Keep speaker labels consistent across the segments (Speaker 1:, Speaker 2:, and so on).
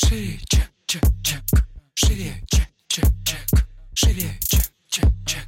Speaker 1: Шире, чек, чек, чек. Шире, чек, чек, чек. Шире, чек, чек, чек.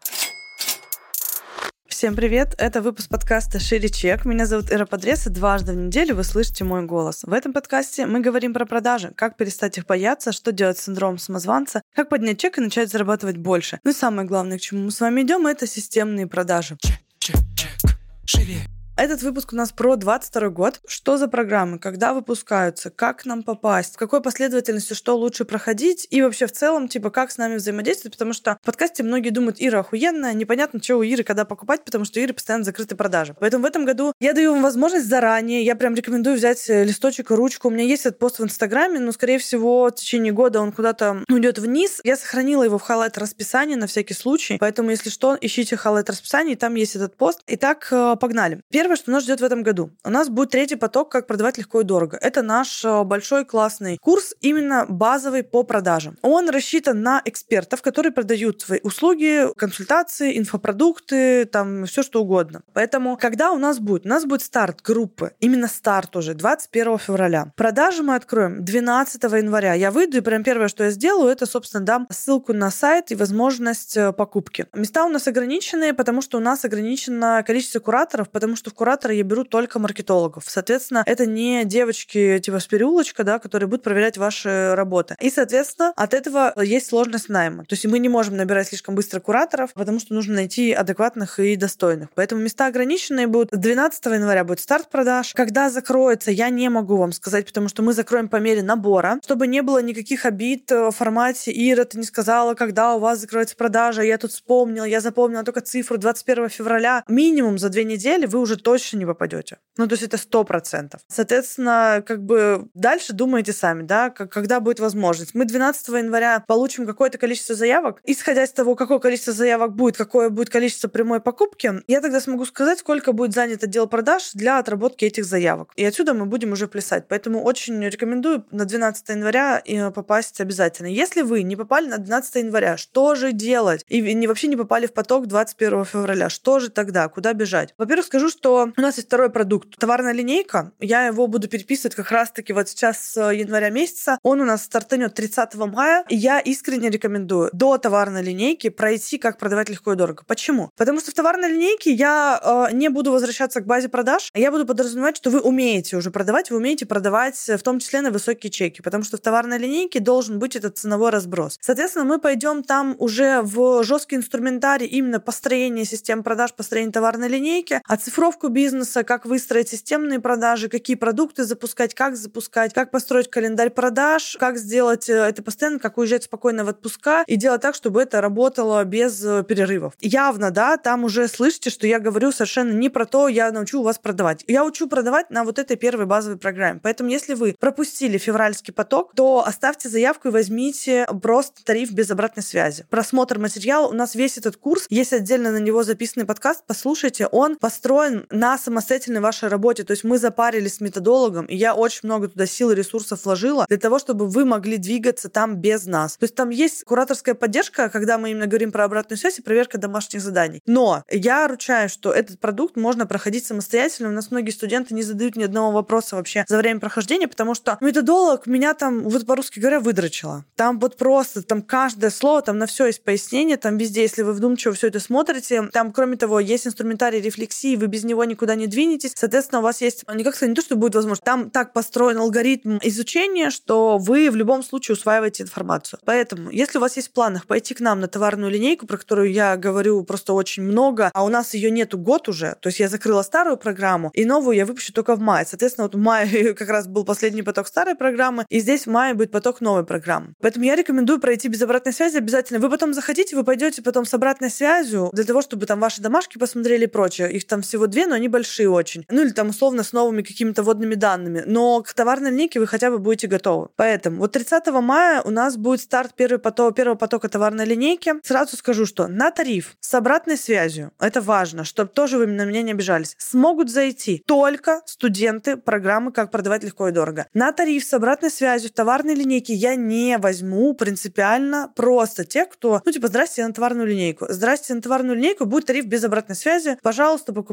Speaker 2: Всем привет! Это выпуск подкаста «Шире чек». Меня зовут Ира Подрез, и дважды в неделю вы слышите мой голос. В этом подкасте мы говорим про продажи, как перестать их бояться, что делать с синдромом самозванца, как поднять чек и начать зарабатывать больше. Ну и самое главное, к чему мы с вами идем, это системные продажи.
Speaker 1: Чек, чек, чек. Шире.
Speaker 2: Этот выпуск у нас про 22 год. Что за программы, когда выпускаются, как к нам попасть, в какой последовательности что лучше проходить и вообще в целом, как с нами взаимодействовать, потому что в подкасте многие думают, Ира охуенная, непонятно, что у Иры когда покупать, потому что у Иры постоянно закрыты продажи. Поэтому в этом году я даю вам возможность заранее, я прям рекомендую взять листочек и ручку. У меня есть этот пост в Инстаграме, но, скорее всего, в течение года он куда-то уйдет вниз. Я сохранила его в highlight расписании на всякий случай, поэтому, если что, ищите highlight расписание, и там есть этот пост. Итак, погнали. Первое, что нас ждет в этом году. У нас будет третий поток «Как продавать легко и дорого». Это наш большой классный курс, именно базовый по продажам. Он рассчитан на экспертов, которые продают свои услуги, консультации, инфопродукты, там все что угодно. Поэтому, когда у нас будет? У нас будет старт группы, именно старт уже, 21 февраля. Продажи мы откроем 12 января. Я выйду, и прям первое, что я сделаю, это, собственно, дам ссылку на сайт и возможность покупки. Места у нас ограниченные, потому что у нас ограничено количество кураторов, потому что в кураторы я беру только маркетологов. Соответственно, это не девочки с переулочка, которые будут проверять ваши работы. И, соответственно, от этого есть сложность найма. То есть мы не можем набирать слишком быстро кураторов, потому что нужно найти адекватных и достойных. Поэтому места ограниченные будут. 12 января будет старт продаж. Когда закроется, я не могу вам сказать, потому что мы закроем по мере набора, чтобы не было никаких обид в формате «Ира, ты не сказала, когда у вас закроется продажа, я тут вспомнила, я запомнила только цифру 21 февраля». Минимум за 2 недели вы уже точно не попадете. То есть это 100%. Соответственно, дальше думайте сами, когда будет возможность. Мы 12 января получим какое-то количество заявок. Исходя из того, какое количество заявок будет, какое будет количество прямой покупки, я тогда смогу сказать, сколько будет занят отдел продаж для отработки этих заявок. И отсюда мы будем уже плясать. Поэтому очень рекомендую на 12 января попасть обязательно. Если вы не попали на 12 января, что же делать? И вообще не попали в поток 21 февраля, что же тогда? Куда бежать? Во-первых, скажу, что у нас есть второй продукт. Товарная линейка. Я его буду переписывать как раз-таки вот сейчас с января месяца. Он у нас стартанет 30 мая. И я искренне рекомендую до товарной линейки пройти «Как продавать легко и дорого». Почему? Потому что в товарной линейке я не буду возвращаться к базе продаж. Я буду подразумевать, что вы умеете уже продавать, вы умеете продавать в том числе на высокие чеки. Потому что в товарной линейке должен быть этот ценовой разброс. Соответственно, мы пойдем там уже в жесткий инструментарий именно построение систем продаж, построение товарной линейки, оцифровку бизнеса, как выстроить системные продажи, какие продукты запускать, как построить календарь продаж, как сделать это постоянно, как уезжать спокойно в отпуска и делать так, чтобы это работало без перерывов. Явно, там уже слышите, что я говорю совершенно не про то, я научу вас продавать. Я учу продавать на вот этой первой базовой программе. Поэтому, если вы пропустили февральский поток, то оставьте заявку и возьмите просто тариф без обратной связи. Просмотр материала. У нас весь этот курс, есть отдельно на него записанный подкаст, послушайте, он построен на самостоятельной вашей работе. То есть мы запарились с методологом, и я очень много туда сил и ресурсов вложила для того, чтобы вы могли двигаться там без нас. То есть там есть кураторская поддержка, когда мы именно говорим про обратную связь и проверка домашних заданий. Но я ручаюсь, что этот продукт можно проходить самостоятельно. У нас многие студенты не задают ни одного вопроса вообще за время прохождения, потому что методолог меня там, по-русски говоря, выдрочила. Там просто, каждое слово, там на все есть пояснение, там везде, если вы вдумчиво все это смотрите, там, кроме того, есть инструментарий рефлексии, вы без него никуда не двинетесь. Соответственно, у вас есть, не то, что будет возможно, там так построен алгоритм изучения, что вы в любом случае усваиваете информацию. Поэтому, если у вас есть в планах пойти к нам на товарную линейку, про которую я говорю просто очень много, а у нас ее нету год уже, то есть я закрыла старую программу, и новую я выпущу только в мае. Соответственно, в мае как раз был последний поток старой программы, и здесь в мае будет поток новой программы. Поэтому я рекомендую пройти без обратной связи обязательно. Вы потом заходите, вы пойдете потом с обратной связью для того, чтобы там ваши домашки посмотрели и прочее. Их там всего 2, но они большие очень. Или там условно с новыми какими-то вводными данными. Но к товарной линейке вы хотя бы будете готовы. Поэтому 30 мая у нас будет старт первого потока товарной линейки. Сразу скажу, что на тариф с обратной связью, это важно, чтобы тоже вы на меня не обижались, смогут зайти только студенты программы «Как продавать легко и дорого». На тариф с обратной связью в товарной линейке я не возьму принципиально просто тех, кто, здрасте, я на товарную линейку. Здрасте, на товарную линейку будет тариф без обратной связи. Пожалуйста, покупайте с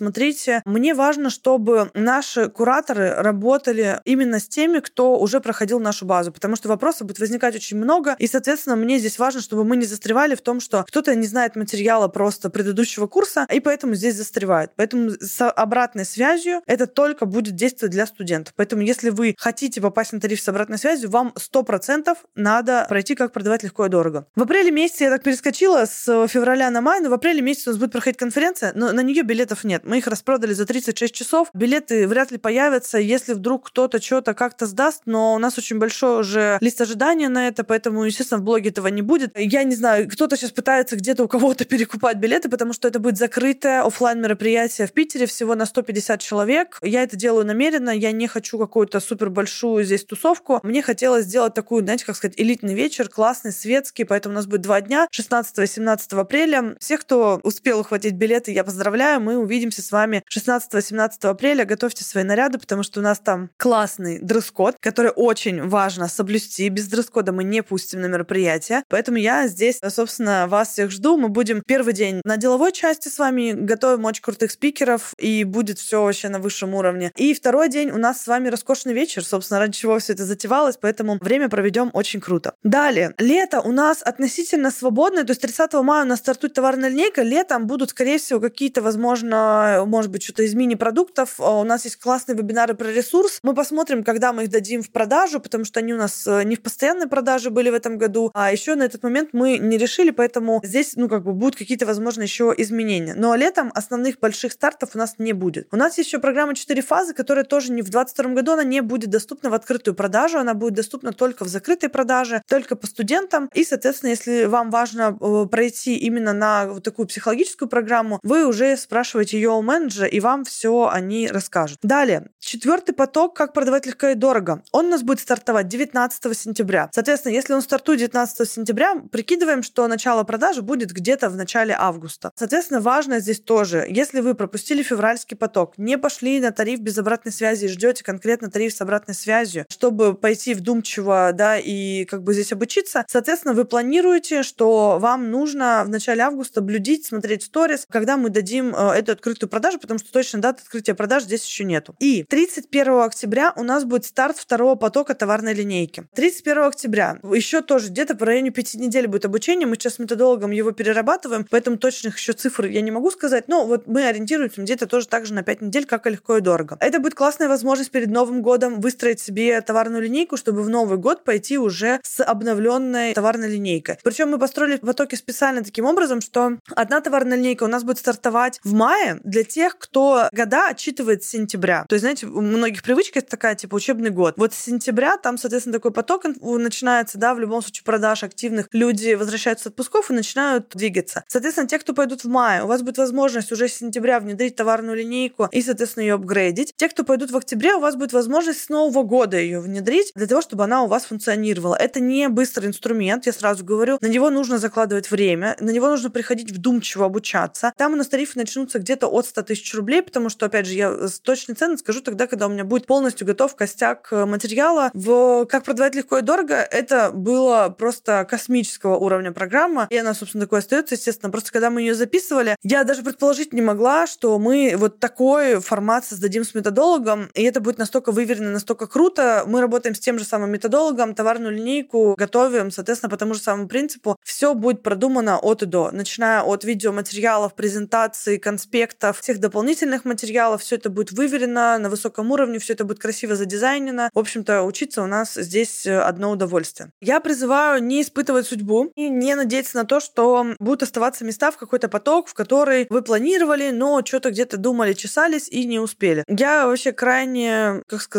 Speaker 2: смотрите, мне важно, чтобы наши кураторы работали именно с теми, кто уже проходил нашу базу, потому что вопросов будет возникать очень много, и, соответственно, мне здесь важно, чтобы мы не застревали в том, что кто-то не знает материала просто предыдущего курса, и поэтому здесь застревает. Поэтому с обратной связью это только будет действовать для студентов. Поэтому если вы хотите попасть на тариф с обратной связью, вам 100% надо пройти «Как продавать легко и дорого». В апреле месяце я так перескочила с февраля на май, но в апреле месяце у нас будет проходить конференция, но на нее билетов нет. Мы их распродали за 36 часов. Билеты вряд ли появятся, если вдруг кто-то что-то как-то сдаст, но у нас очень большой уже лист ожидания на это, поэтому, естественно, в блоге этого не будет. Я не знаю, кто-то сейчас пытается где-то у кого-то перекупать билеты, потому что это будет закрытое офлайн мероприятие в Питере всего на 150 человек. Я это делаю намеренно, я не хочу какую-то супер большую здесь тусовку. Мне хотелось сделать такую, знаете, как сказать, элитный вечер, классный, светский, поэтому у нас будет 2 дня, 16 и 17 апреля. Всех, кто успел ухватить билеты, я поздравляю, мы увидимся с вами 16-17 апреля. Готовьте свои наряды, потому что у нас там классный дресс-код, который очень важно соблюсти. Без дресс-кода мы не пустим на мероприятие. Поэтому я здесь, собственно, вас всех жду. Мы будем первый день на деловой части с вами, готовим очень крутых спикеров, и будет все вообще на высшем уровне. И второй день у нас с вами роскошный вечер, собственно, ради чего все это затевалось, поэтому время проведем очень круто. Далее, лето у нас относительно свободное, то есть 30 мая у нас стартует товарная линейка, летом будут, скорее всего, какие-то, возможно, может быть, что-то из мини-продуктов. У нас есть классные вебинары про ресурс. Мы посмотрим, когда мы их дадим в продажу, потому что они у нас не в постоянной продаже были в этом году, а еще на этот момент мы не решили, поэтому здесь, будут какие-то, возможно, еще изменения. Но летом основных больших стартов у нас не будет. У нас есть еще программа 4 фазы, которая тоже не в 2022 году, она не будет доступна в открытую продажу, она будет доступна только в закрытой продаже, только по студентам. И, соответственно, если вам важно пройти именно на вот такую психологическую программу, вы уже спрашиваете ее у менеджера, и вам все они расскажут. Далее, 4-й поток «Как продавать легко и дорого». Он у нас будет стартовать 19 сентября. Соответственно, если он стартует 19 сентября, прикидываем, что начало продажи будет где-то в начале августа. Соответственно, важно здесь тоже, если вы пропустили февральский поток, не пошли на тариф без обратной связи и ждете конкретно тариф с обратной связью, чтобы пойти вдумчиво, и здесь обучиться, соответственно, вы планируете, что вам нужно в начале августа блюдить, смотреть сторис, когда мы дадим эту открытую продажу, потому что точно даты открытия продаж здесь еще нету. И 31 октября у нас будет старт второго потока товарной линейки. 31 октября еще тоже где-то по районе 5 недель будет обучение. Мы сейчас с методологом его перерабатываем, поэтому точных еще цифр я не могу сказать, но вот мы ориентируемся где-то тоже так же на 5 недель, как и легко и дорого. Это будет классная возможность перед Новым годом выстроить себе товарную линейку, чтобы в Новый год пойти уже с обновленной товарной линейкой. Причем мы построили потоки специально таким образом, что одна товарная линейка у нас будет стартовать в мае для тех, кто года отчитывает с сентября. То есть, знаете, у многих привычка это такая, учебный год. Вот с сентября там, соответственно, такой поток начинается, в любом случае продаж активных. Люди возвращаются с отпусков и начинают двигаться. Соответственно, те, кто пойдут в мае, у вас будет возможность уже с сентября внедрить товарную линейку и, соответственно, ее апгрейдить. Те, кто пойдут в октябре, у вас будет возможность с Нового года ее внедрить для того, чтобы она у вас функционировала. Это не быстрый инструмент, я сразу говорю. На него нужно закладывать время, на него нужно приходить вдумчиво обучаться. Там у нас тарифы начнутся где-то от 100 тысяч рублей, потому что, опять же, я точные цены скажу тогда, когда у меня будет полностью готов костяк материала. «Как продавать легко и дорого» это было просто космического уровня программа, и она, собственно, такой остается, естественно. Просто когда мы ее записывали, я даже предположить не могла, что мы вот такой формат создадим с методологом, и это будет настолько выверено, настолько круто. Мы работаем с тем же самым методологом, товарную линейку готовим, соответственно, по тому же самому принципу. Все будет продумано от и до, начиная от видеоматериалов, презентаций, конспектов, всех дополнительных материалов. Все это будет выверено на высоком уровне, все это будет красиво задизайнено. В общем-то, учиться у нас здесь одно удовольствие. Я призываю не испытывать судьбу и не надеяться на то, что будут оставаться места в какой-то поток, в который вы планировали, но что-то где-то думали, чесались и не успели. Я вообще крайне,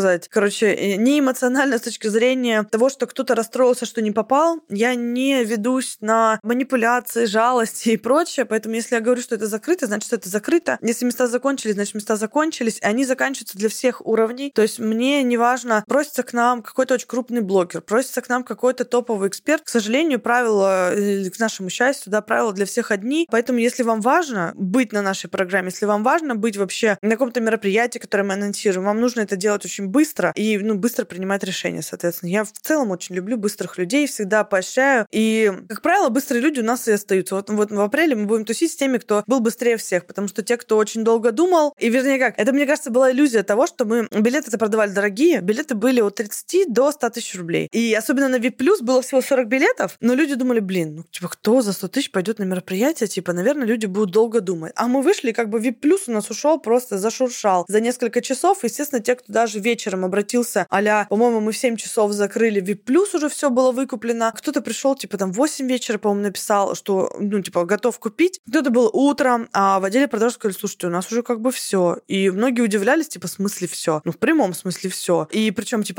Speaker 2: не эмоционально с точки зрения того, что кто-то расстроился, что не попал. Я не ведусь на манипуляции, жалости и прочее, поэтому если я говорю, что это закрыто, значит, это закрыто. Если места закончились, значит, места закончились, и они заканчиваются для всех уровней. То есть мне не важно, просится к нам какой-то очень крупный блогер, просится к нам какой-то топовый эксперт. К сожалению, правила, к нашему счастью, правила для всех одни. Поэтому, если вам важно быть на нашей программе, если вам важно быть вообще на каком-то мероприятии, которое мы анонсируем, вам нужно это делать очень быстро и быстро принимать решения, соответственно. Я в целом очень люблю быстрых людей, всегда поощряю. И, как правило, быстрые люди у нас и остаются. Вот в апреле мы будем тусить с теми, кто был быстрее всех, потому что те, кто очень долго думал. И вернее как, это, мне кажется, была иллюзия того, что мы билеты-то продавали дорогие. Билеты были от 30 до 100 тысяч рублей. И особенно на VIP+, было всего 40 билетов, но люди думали, блин, ну, типа, кто за 100 тысяч пойдет на мероприятие? Типа, наверное, люди будут долго думать. А мы вышли, как бы VIP+ у нас ушел, просто зашуршал за несколько часов. Естественно, те, кто даже вечером обратился, а-ля, по-моему, мы в 7 часов закрыли, VIP+ уже все было выкуплено. Кто-то пришел, типа, там, в 8 вечера, по-моему, написал, что, ну, типа, готов купить. Кто-то был утром, а в отделе продаж сказали, слушайте, у нас уже как бы все. И многие удивлялись, типа, в смысле все? Ну, в прямом смысле все. И причем, типа,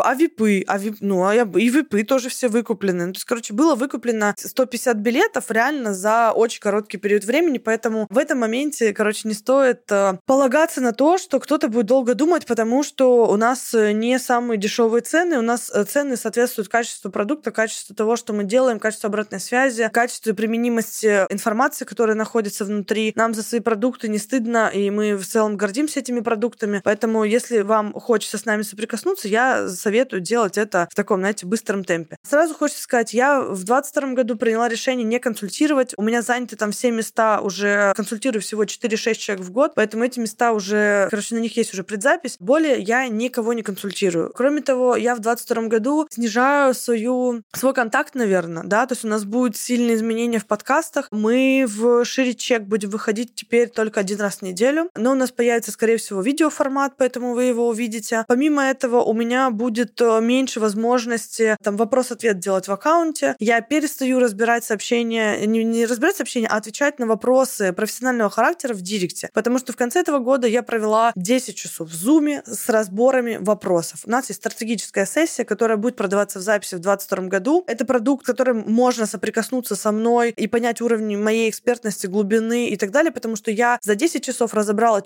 Speaker 2: и випы тоже все выкуплены. Ну, то есть, короче, было выкуплено 150 билетов реально за очень короткий период времени, поэтому в этом моменте, короче, не стоит полагаться на то, что кто-то будет долго думать, потому что у нас не самые дешевые цены, у нас цены соответствуют качеству продукта, качеству того, что мы делаем, качеству обратной связи, качеству применимости информации, которая находится внутри. Нам за свои продукты не стыдно, и мы в целом гордимся этими продуктами. Поэтому, если вам хочется с нами соприкоснуться, я советую делать это в таком, знаете, быстром темпе. Сразу хочется сказать, я в 2022 году приняла решение не консультировать. У меня заняты там все места, уже консультирую всего 4-6 человек в год, поэтому эти места уже, короче, на них есть уже предзапись. Более я никого не консультирую. Кроме того, я в 2022 году снижаю свой контакт, наверное, да, то есть у нас будут сильные изменения в подкастах. Мы в Шире Чек будем выходить теперь только 1 раз в неделю, но у нас появится, скорее всего, видеоформат, поэтому вы его увидите. Помимо этого, у меня будет меньше возможности там вопрос-ответ делать в аккаунте. Я перестаю разбирать сообщения, не разбирать сообщения, а отвечать на вопросы профессионального характера в директе, потому что в конце этого года я провела 10 часов в Зуме с разборами вопросов. У нас есть стратегическая сессия, которая будет продаваться в записи в 2022 году. Это продукт, с которым можно соприкоснуться со мной и понять уровень моей экспертности, глубины и так далее, потому что я за 10 часов разобрала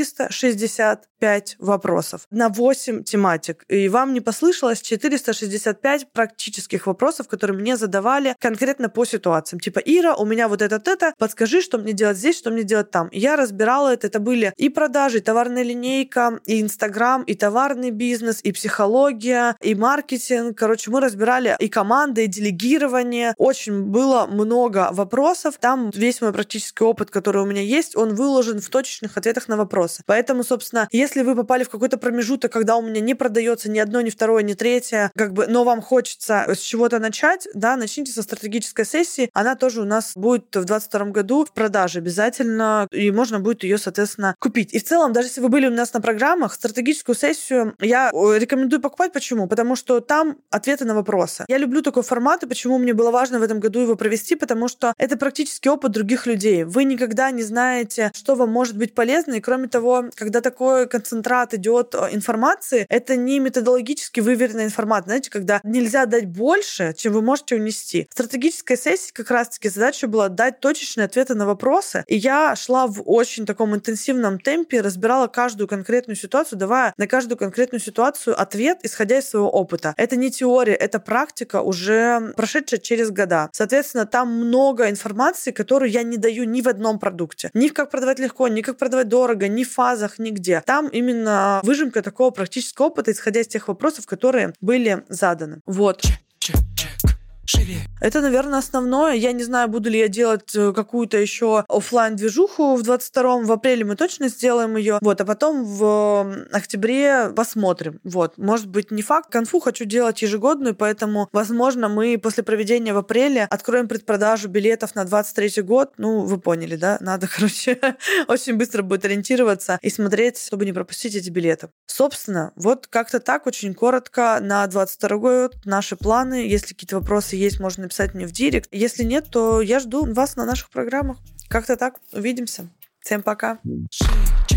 Speaker 2: 465 вопросов на 8 тематик. И вам не послышалось 465 практических вопросов, которые мне задавали конкретно по ситуациям. Типа, Ира, у меня вот это, подскажи, что мне делать здесь, что мне делать там. И я разбирала это. Это были и продажи, и товарная линейка, и Инстаграм, и товарный бизнес, и психология, и маркетинг. Короче, мы разбирали и команды, и делегирование. Очень было много вопросов. Там весь мой практический опыт, который у меня есть, он выложен в точечных ответах на вопросы. Поэтому, собственно, если вы попали в какой-то промежуток, когда у меня не продается ни одно, ни второе, ни третье, как бы, но вам хочется с чего-то начать, да, начните со стратегической сессии. Она тоже у нас будет в 2022 году в продаже обязательно, и можно будет ее, соответственно, купить. И в целом, даже если вы были у нас на программах, стратегическую сессию я рекомендую покупать. Почему? Потому что там ответы на вопросы. Я люблю такой формат, и почему мне было важно в этом году его провести, потому что это практически опыт других людей. Вы никогда не знаете, что вам может быть полезно, и кроме того, когда такой концентрат идет информации, это не методологически выверенная информация. Знаете, когда нельзя дать больше, чем вы можете унести. В стратегической сессии как раз-таки задача была дать точечные ответы на вопросы, и я шла в очень таком интенсивном темпе, разбирала каждую конкретную ситуацию, давая на каждую конкретную ситуацию ответ, исходя из своего опыта. Это не теория, это практика, уже прошедшая через года. Соответственно, там много информации, которую я не даю ни в одном продукте. Ни в как продавать легко, ни как продавать дорого, ни в фазах, нигде. Там именно выжимка такого практического опыта, исходя из тех вопросов, которые были заданы. Вот. Это, наверное, основное. Я не знаю, буду ли я делать какую-то еще офлайн-движуху в 22-м. В апреле мы точно сделаем ее. Вот, а потом в октябре посмотрим. Вот, может быть, не факт. Конфу хочу делать ежегодную, поэтому, возможно, мы после проведения в апреле откроем предпродажу билетов на 23-й год. Ну, вы поняли, да? Надо, короче, очень быстро будет ориентироваться и смотреть, чтобы не пропустить эти билеты. Собственно, вот как-то так, очень коротко на 22-й год наши планы. Если какие-то вопросы есть, можно написать мне в директ. Если нет, то я жду вас на наших программах. Как-то так. Увидимся. Всем пока.